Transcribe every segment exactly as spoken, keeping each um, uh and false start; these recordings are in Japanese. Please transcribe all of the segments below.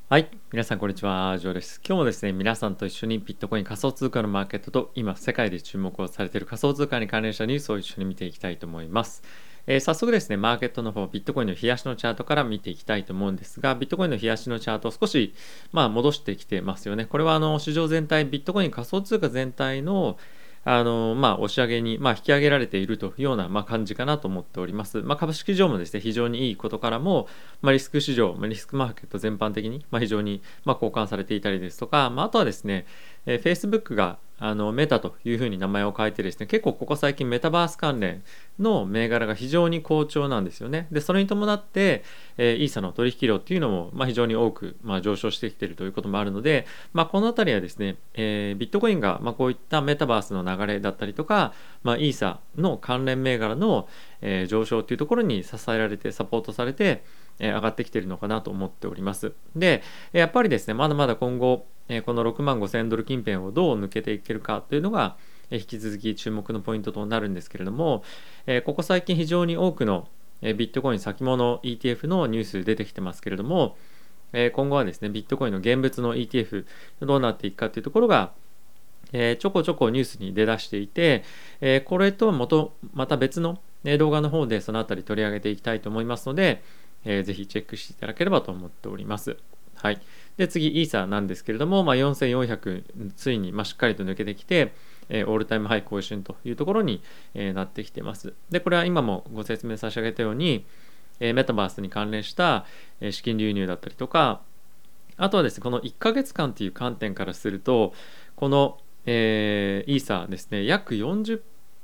はい、皆さんこんにちは、ジョーです。今日もですね、皆さんと一緒にビットコイン仮想通貨のマーケットと今世界で注目をされている仮想通貨に関連したニュースを一緒に見ていきたいと思います。えー早速ですね、マーケットの方、ビットコインの冷やしのチャートから見ていきたいと思うんですが、ビットコインの冷やしのチャート少しまあ戻してきてますよね。これはあの市場全体、ビットコイン仮想通貨全体のあのまあ、押し上げに、まあ、引き上げられているというような、まあ、感じかなと思っております。まあ、株式市場もですね、非常にいいことからも、まあ、リスク市場、まあ、リスクマーケット全般的に、まあ、非常に、まあ、交換されていたりですとか、まあ、あとはですね、えー、Facebook があのメタというふうに名前を変えてですね、結構ここ最近メタバース関連の銘柄が非常に好調なんですよね。で、それに伴って、えー、イーサの取引量っていうのも、まあ、非常に多く、まあ、上昇してきているということもあるので、まあ、このあたりはですね、えー、ビットコインが、まあ、こういったメタバースの流れだったりとか、まあ、イーサの関連銘柄の、えー上昇というところに支えられてサポートされて、えー上がってきているのかなと思っております。で、やっぱりですね、まだまだ今後、えーこのろくまんごせんドル近辺をどう抜けていけるかというのが、えー引き続き注目のポイントとなるんですけれども、えーここ最近非常に多くの、えービットコイン先物 イーティーエフ のニュース出てきてますけれども、えー今後はですね、ビットコインの現物の イーティーエフ どうなっていくかというところが、えーちょこちょこニュースに出だしていて、えーこれともとまた別のえー動画の方でそのあたり取り上げていきたいと思いますので、えーぜひチェックしていただければと思っております。はい。で、次、イーサなんですけれども、まあ、よんせんよんひゃくついにまあしっかりと抜けてきて、えーオールタイムハイ更新というところに、えーなってきています。で、これは今もご説明差し上げたように、えーメタバースに関連した、えー資金流入だったりとか、あとはですね、このいっかげつかんという観点からすると、この、えーイーサですね、約40、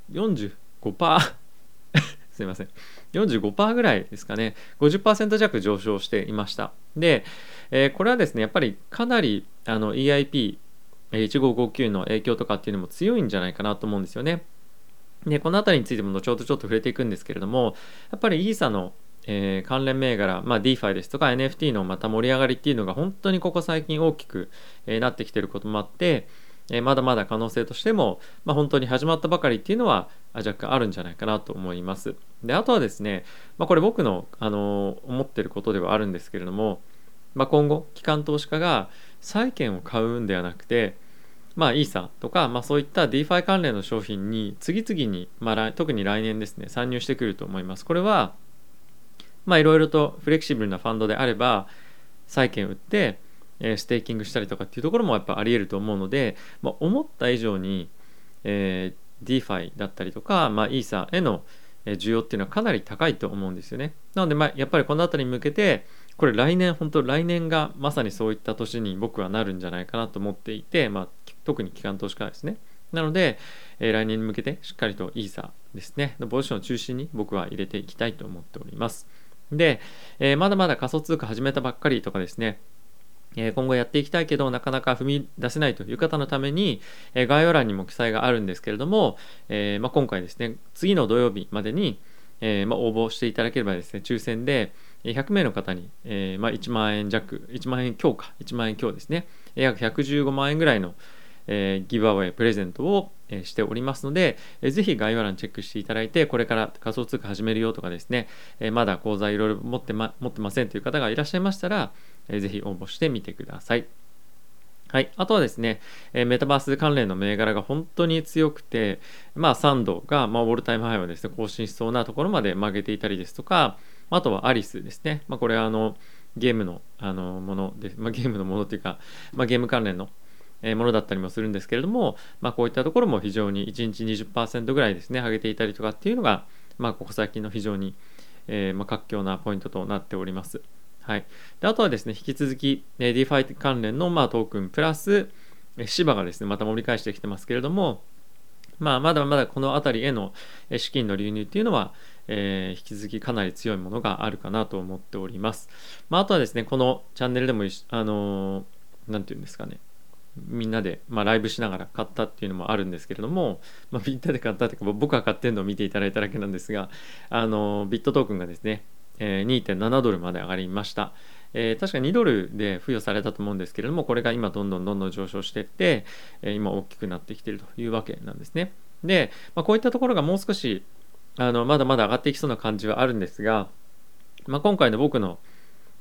よんじゅうごパーセントすいません。よんじゅうごパーセントぐらいですかね。ごじゅっパーセント弱上昇していました。で、えーこれはですね、やっぱりかなりあの イーアイピーいちごーごきゅう の影響とかっていうのも強いんじゃないかなと思うんですよね。で、このあたりについても後ほどちょっと触れていくんですけれども、やっぱりイーサの、えー関連銘柄、まあ、DeFi ですとか エヌエフティー のまた盛り上がりっていうのが本当にここ最近大きく、えーなってきていることもあって、えーまだまだ可能性としても、まあ、本当に始まったばかりっていうのはあ若干あるんじゃないかなと思います。で、あとはですね、まあ、これ僕の、あのー思ってることではあるんですけれども、まあ、今後、機関投資家が債券を買うんではなくて、まあ、イーサとか、まあ、そういった DeFi 関連の商品に次々に、まあ、来特に来年ですね、参入してくると思います。これは、まあ、いろいろとフレキシブルなファンドであれば、債券売って、えーステーキングしたりとかっていうところもやっぱあり得ると思うので、まあ、思った以上に、えー、DeFi だったりとか、まあ、イーサへのえー需要っていうのはかなり高いと思うんですよね。なので、まあ、やっぱりこの辺りに向けて、これ来年、本当来年がまさにそういった年に僕はなるんじゃないかなと思っていて、まあ、特に機関投資家ですね。なので、えー来年に向けてしっかりとイーサですね、のポジションを中心に僕は入れていきたいと思っております。で、えーまだまだ仮想通貨始めたばっかりとかですね、えー今後やっていきたいけどなかなか踏み出せないという方のために、えー概要欄にも記載があるんですけれども、えーまあ、今回ですね、次の土曜日までに、えーまあ、応募していただければですね、抽選でひゃくめいの方に、えーまあ、いちまん円弱、いちまん円強か、いちまん円強ですね、約ひゃくじゅうごまん円ぐらいの、えーギブアウェイプレゼントを、えーしておりますので、えーぜひ概要欄チェックしていただいて、これから仮想通貨始めるよとかですね、えーまだ口座いろいろ持ってま持ってませんという方がいらっしゃいましたら、えーぜひ応募してみてください。はい。あとはですね、えーメタバース関連の銘柄が本当に強くて、まあ、サンドが、まあ、オールタイムハイをですね、更新しそうなところまで曲げていたりですとか、あとはアリスですね。まあ、これはあの、ゲームの、あのもので、まあ、ゲームのものっていうか、まあ、ゲーム関連のえーものだったりもするんですけれども、まあ、こういったところも非常にいちにちにじゅっパーセントぐらいですね、上げていたりとかっていうのが、まあ、ここ最近の非常に、えーまあ、活況なポイントとなっております。はい。で、あとはですね、引き続き、えー DeFi 関連の、まあ、トークンプラス、えー、芝がですね、また盛り返してきてますけれども、まあ、まだまだこの辺りへのえー資金の流入っていうのは、えー引き続きかなり強いものがあるかなと思っております。まあ、あとはですね、このチャンネルでもいし、あのーなんていうんですかね、みんなで、まあ、ライブしながら買ったっていうのもあるんですけれども、まあ、みんなで買ったっていうか僕が買ってるのを見ていただいただけなんですが、あのビットトークンがですね、えーにてんななドルまで上がりました。えー確かにドルで付与されたと思うんですけれども、これが今どんどんどんどん上昇していって、えー今大きくなってきているというわけなんですね。で、まあ、こういったところがもう少しあのまだまだ上がっていきそうな感じはあるんですが、まあ、今回の僕の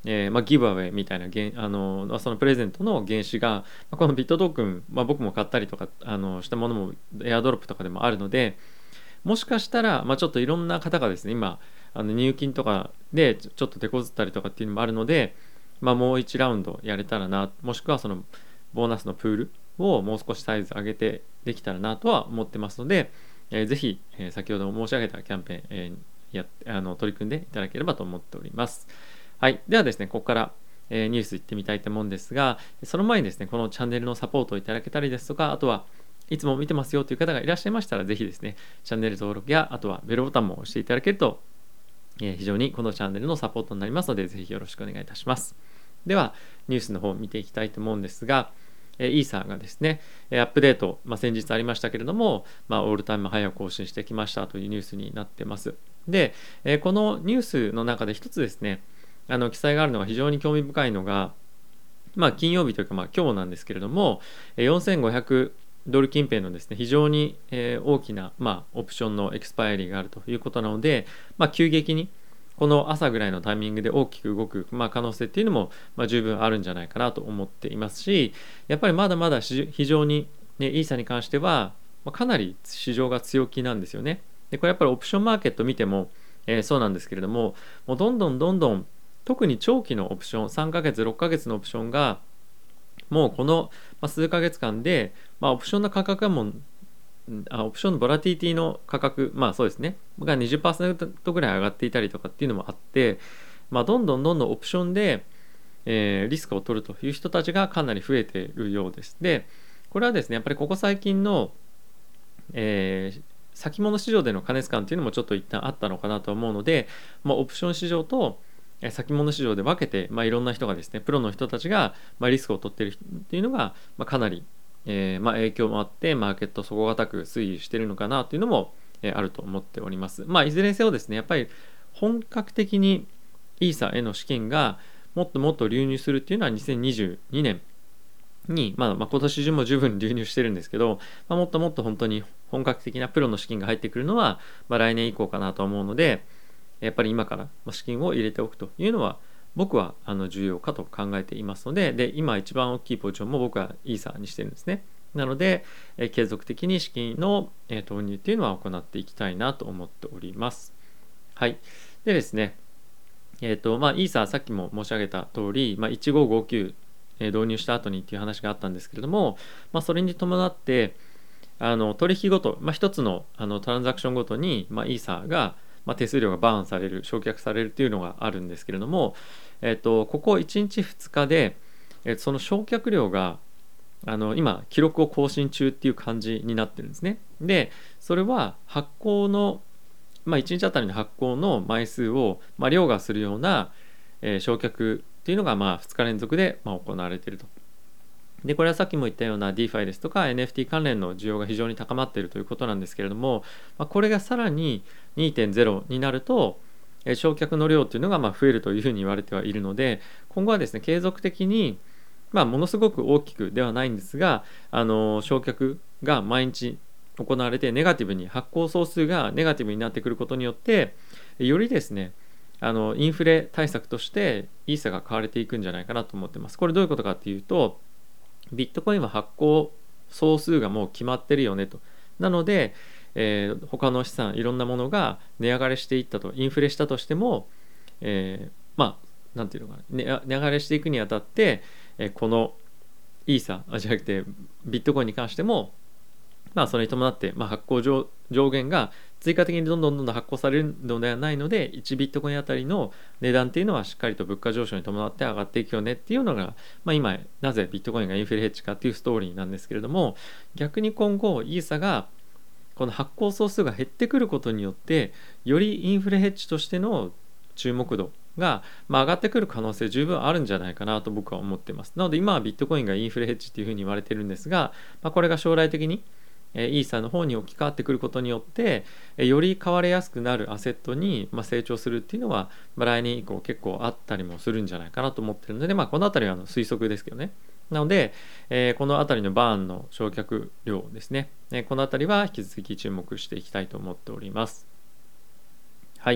えーまあ、ギブアウェイみたいなげんあのそのプレゼントの原資が、まあ、このビットトークン、まあ、僕も買ったりとかあのしたものもエアドロップとかでもあるので、もしかしたら、まあ、ちょっといろんな方がですね今あの入金とかでちょっと手こずったりとかっていうのもあるので、まあ、もういちラウンドやれたらな、もしくはそのボーナスのプールをもう少しサイズ上げてできたらなとは思ってますので、えーぜひ、えー先ほど申し上げたキャンペーン、えーやあの取り組んでいただければと思っております。はい、ではですね、ここから、えーニュースいってみたいと思うんですが、その前にですね、このチャンネルのサポートをいただけたりですとか、あとはいつも見てますよという方がいらっしゃいましたら、ぜひですね、チャンネル登録や、あとはベルボタンも押していただけると、えー非常にこのチャンネルのサポートになりますので、ぜひよろしくお願いいたします。では、ニュースの方を見ていきたいと思うんですが、えーイーサーがですね、えーアップデート、まあ、先日ありましたけれども、まあ、オールタイムハイを更新してきましたというニュースになってます。で、えーこのニュースの中で一つですね、あの記載があるのが非常に興味深いのが、まあ、金曜日というか、まあ、今日なんですけれども、えーよんせんごひゃくドル近辺のですね、非常に、えー大きな、まあ、オプションのエクスパイアリーがあるということなので、まあ、急激にこの朝ぐらいのタイミングで大きく動く、まあ、可能性っていうのも、まあ、十分あるんじゃないかなと思っていますし、やっぱりまだまだ非常に、ね、イーサに関しては、まあ、かなり市場が強気なんですよね。で、これやっぱりオプションマーケット見ても、えーそうなんですけれども、もうどんどんどんどん特に長期のオプション、さんかげつ、ろっかげつのオプションが、もうこの数ヶ月間で、まあ、オプションの価格がもう、あオプションのボラティティの価格、まあそうですね、がにじゅっパーセントぐらい上がっていたりとかっていうのもあって、まあ、どんどんどんどんオプションで、えーリスクを取るという人たちがかなり増えているようです。で、これはですね、やっぱりここ最近の、えー先物市場での過熱感っていうのもちょっと一旦あったのかなと思うので、まあ、オプション市場とえー先物市場で分けて、まあ、いろんな人がですね、プロの人たちが、まあ、リスクを取っているっていうのが、まあ、かなり、えーまあ、影響もあってマーケット底堅く推移しているのかなっていうのも、えーあると思っております。まあ、いずれにせよですね、やっぱり本格的にイーサへの資金がもっともっと流入するっていうのはにせんにじゅうにねんに、まあ、まあ今年中も十分流入してるんですけど、まあ、もっともっと本当に本格的なプロの資金が入ってくるのは、まあ、来年以降かなと思うので、やっぱり今から資金を入れておくというのは僕はあの重要かと考えていますので、で今一番大きいポジションも僕はイーサーにしてるんですね。なので、えー継続的に資金の、えー投入っていうのは行っていきたいなと思っております。はい。でですね、えっ、と、まあ、イーサーさっきも申し上げた通り、まあ、いちごーごーきゅう、えー導入した後にっていう話があったんですけれども、まあ、それに伴って、あの取引ごと、まあ、一つのあのトランザクションごとに、まあ、イーサーが、まあ、手数料がバーンされる、償却されるっていうのがあるんですけれども、えっ、と、ここいちにちふつかで、えーその償却量があの今記録を更新中っていう感じになってるんですね。で、それは発行の、まあ、いちにちあたりの発行の枚数を、まあ、凌駕するような、えー償却っていうのが、まあ、ふつか連続で、まあ、行われていると。で、これはさっきも言ったような DeFi ですとか エヌエフティー 関連の需要が非常に高まっているということなんですけれども、まあ、これがさらに にてんゼロ になると、えー償却の量というのがまあ増えるというふうに言われてはいるので、今後はですね、継続的に、まあ、ものすごく大きくではないんですが、あの償却が毎日行われて、ネガティブに発行総数がネガティブになってくることによって、よりですね、あのインフレ対策としてイーサが買われていくんじゃないかなと思ってます。これどういうことかっていうと、ビットコインは発行総数がもう決まってるよねと。なので、えー他の資産いろんなものが値上がりしていったと、インフレしたとしても、えーまあなんていうのかな、値値上がりしていくにあたって、えーこのイーサあじゃなくてビットコインに関しても、まあ、それに伴って、まあ、発行上上限が追加的にどんどんどんどん発行されるのではないので、いちビットコインあたりの値段っていうのはしっかりと物価上昇に伴って上がっていくよねっていうのが、まあ、今なぜビットコインがインフレヘッジかっていうストーリーなんですけれども、逆に今後イーサがこの発行総数が減ってくることによって、よりインフレヘッジとしての注目度が、まあ、上がってくる可能性十分あるんじゃないかなと僕は思っています。なので今はビットコインがインフレヘッジっていうふうに言われてるんですが、まあ、これが将来的にえイーサの方に置き換わってくることによって、えより買われやすくなるアセットに、まあ、成長するっていうのは、まあ、来年以降結構あったりもするんじゃないかなと思ってるので、まあ、このあたりはあの推測ですけどね。なので、えーこのあたりのバーンの償却量ですね、えーこのあたりは引き続き注目していきたいと思っております。はい。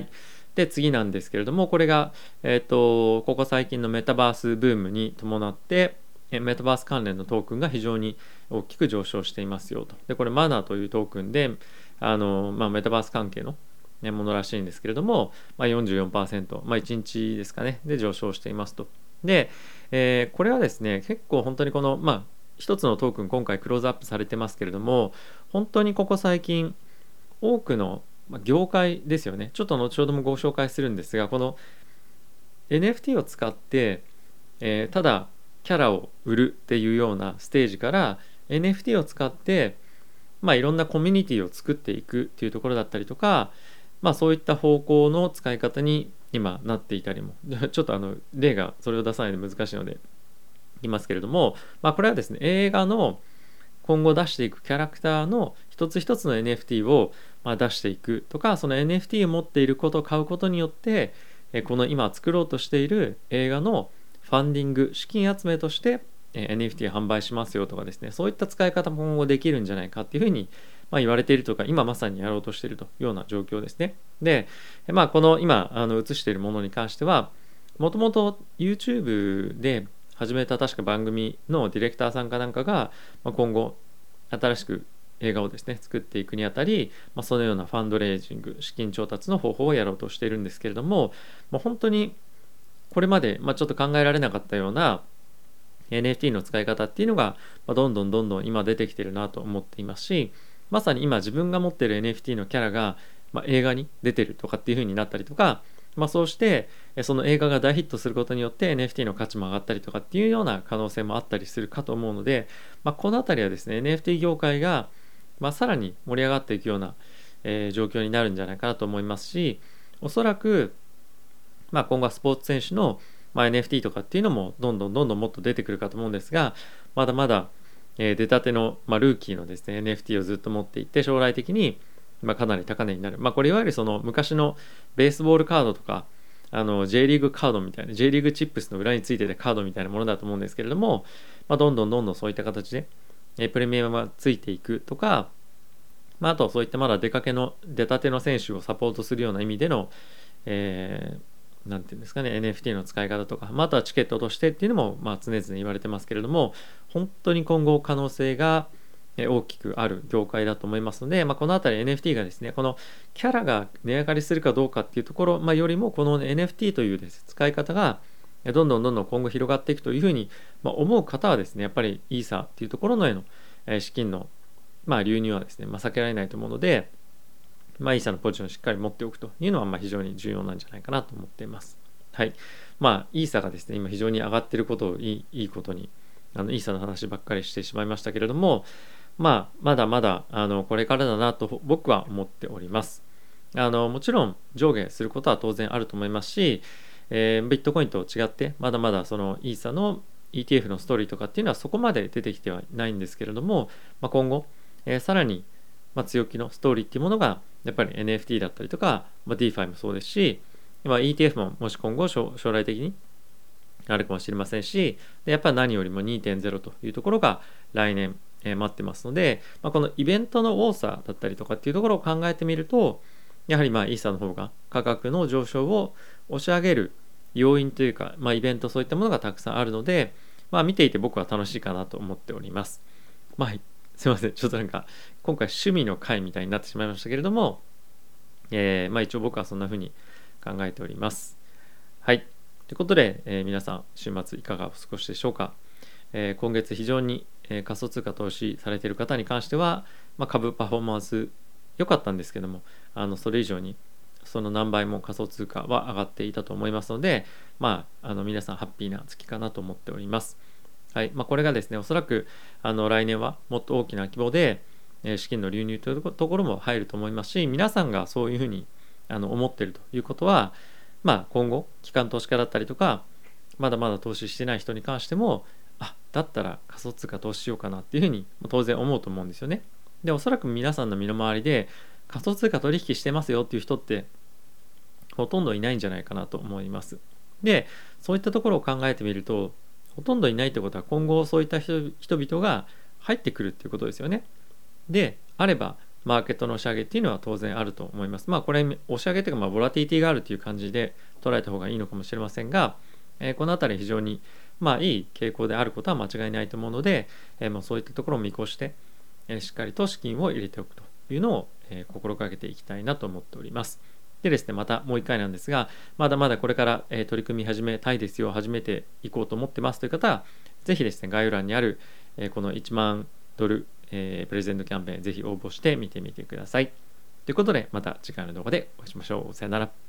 で次なんですけれども、これが、えーと、ここ最近のメタバースブームに伴ってメタバース関連のトークンが非常に大きく上昇していますよと。でこれマナーというトークンであの、まあ、メタバース関係のものらしいんですけれども、まあ、よんじゅうよんパーセント、まあ、いちにちですかねで上昇していますと。で、えーこれはですね結構本当にこのまあ一つのトークン今回クローズアップされてますけれども、本当にここ最近多くのまあ業界ですよね。ちょっと後ほどもご紹介するんですが、この エヌエフティー を使って、えーただキャラを売るっていうようなステージから エヌエフティー を使ってまあいろんなコミュニティを作っていくっていうところだったりとか、まあそういった方向の使い方に今なっていたりも、ちょっとあの例がそれを出さないで難しいので言いますけれども、まあこれはですね映画の今後出していくキャラクターの一つ一つの エヌエフティー をまあ出していくとか、その エヌエフティー を持っていることを買うことによってえこの今作ろうとしている映画のファンディング資金集めとしてえ エヌエフティー 販売しますよとかですね、そういった使い方も今後できるんじゃないかっていうふうにまあ言われているとか、今まさにやろうとしているというような状況ですね。で、まあこの今あの映しているものに関しては、もともと YouTube で始めた確か番組のディレクターさんかなんかが、まあ、今後新しく映画をですね作っていくにあたり、まあ、そのようなファンドレイジング資金調達の方法をやろうとしているんですけれども、まあ、本当にこれまで、まあ、ちょっと考えられなかったような エヌエフティー の使い方っていうのが、まあ、どんどんどんどん今出てきてるなと思っていますし、まさに今自分が持っている エヌエフティー のキャラが、まあ、映画に出てるとかっていう風になったりとか、まあ、そうしてその映画が大ヒットすることによって エヌエフティー の価値も上がったりとかっていうような可能性もあったりするかと思うので、まあ、このあたりはですね エヌエフティー 業界が、まあ、さらに盛り上がっていくような、えー状況になるんじゃないかなと思いますし、おそらく、まあ、今後はスポーツ選手の、まあ、エヌエフティー とかっていうのもどんどんどんどんもっと出てくるかと思うんですが、まだまだ、えー出たての、まあ、ルーキーのですね エヌエフティー をずっと持っていって将来的に、まあ、かなり高値になる、まあ、これいわゆるその昔のベースボールカードとかあの J リーグカードみたいな J リーグチップスの裏についてたカードみたいなものだと思うんですけれども、まあ、どんどんどんどんそういった形でえプレミアムがついていくとか、まあ、あとはそういったまだ出かけの出たての選手をサポートするような意味での、えー、なんていうんですかね エヌエフティー の使い方とか、まあ、あとはチケットとしてっていうのも、まあ、常々言われてますけれども、本当に今後可能性が大きくある業界だと思いますので、まあ、このあたり エヌエフティー がですねこのキャラが値上がりするかどうかっていうところ、まあ、よりもこの エヌエフティー というです、ね、使い方がどんどんどんどん今後広がっていくというふうに、まあ、思う方はですねやっぱりイーサっていうところのへの資金の、まあ、流入はですね、まあ、避けられないと思うので、まあ、イーサのポジションをしっかり持っておくというのはまあ非常に重要なんじゃないかなと思っています。はい。まあ、イーサがですね今非常に上がっていることをいいいいことにあのイーサの話ばっかりしてしまいましたけれども、まあ、まだまだあのこれからだなと僕は思っております。あのもちろん上下することは当然あると思いますし、えービットコインと違ってまだまだそのイーサの イーティーエフ のストーリーとかっていうのはそこまで出てきてはないんですけれども、まあ、今後、えーさらに、まあ、強気のストーリーっていうものがやっぱり エヌエフティー だったりとか、まあ、DeFi もそうですし、まあ、イーティーエフ ももし今後将将来的にあるかもしれませんし、でやっぱり何よりも にてんゼロ というところが来年、えー待ってますので、まあ、このイベントの多さだったりとかっていうところを考えてみると、やはりまあイーサの方が価格の上昇を押し上げる要因というか、まあ、イベントそういったものがたくさんあるので、まあ、見ていて僕は楽しいかなと思っております。まあ、すいません。ちょっとなんか今回趣味の回みたいになってしまいましたけれども、えーまあ、一応僕はそんな風に考えております。はい。ということで、えー皆さん週末いかがお過ごしでしょうか。えー今月非常に、えー仮想通貨投資されている方に関しては、まあ、株パフォーマンス良かったんですけども、あのそれ以上にその何倍も仮想通貨は上がっていたと思いますので、まあ、あの皆さんハッピーな月かなと思っております。はいまあ、これがですねおそらくあの来年はもっと大きな規模で、えー資金の流入というところも入ると思いますし、皆さんがそういうふうにあの思っているということは、まあ、今後機関投資家だったりとかまだまだ投資してない人に関しても、あだったら仮想通貨投資しようかなっていうふうに当然思うと思うんですよね。でおそらく皆さんの身の回りで仮想通貨取引してますよっていう人ってほとんどいないんじゃないかなと思います。でそういったところを考えてみると、ほとんどいないってことは今後そういった人人々が入ってくるっていうことですよね。であればマーケットの押し上げっていうのは当然あると思います。まあこれ押し上げというか、まあボラティティがあるという感じで捉えた方がいいのかもしれませんが、えーこのあたり非常にまあいい傾向であることは間違いないと思うので、えーまあそういったところを見越して、えーしっかりと資金を入れておくというのを、えー心がけていきたいなと思っております。でですね、またもう一回なんですが、まだまだこれから、えー取り組み始めたいですよ、始めていこうと思ってますという方は、ぜひですね、概要欄にある、えーこのいちまんドル、えープレゼントキャンペーン、ぜひ応募してみてみてください。ということで、また次回の動画でお会いしましょう。さよなら。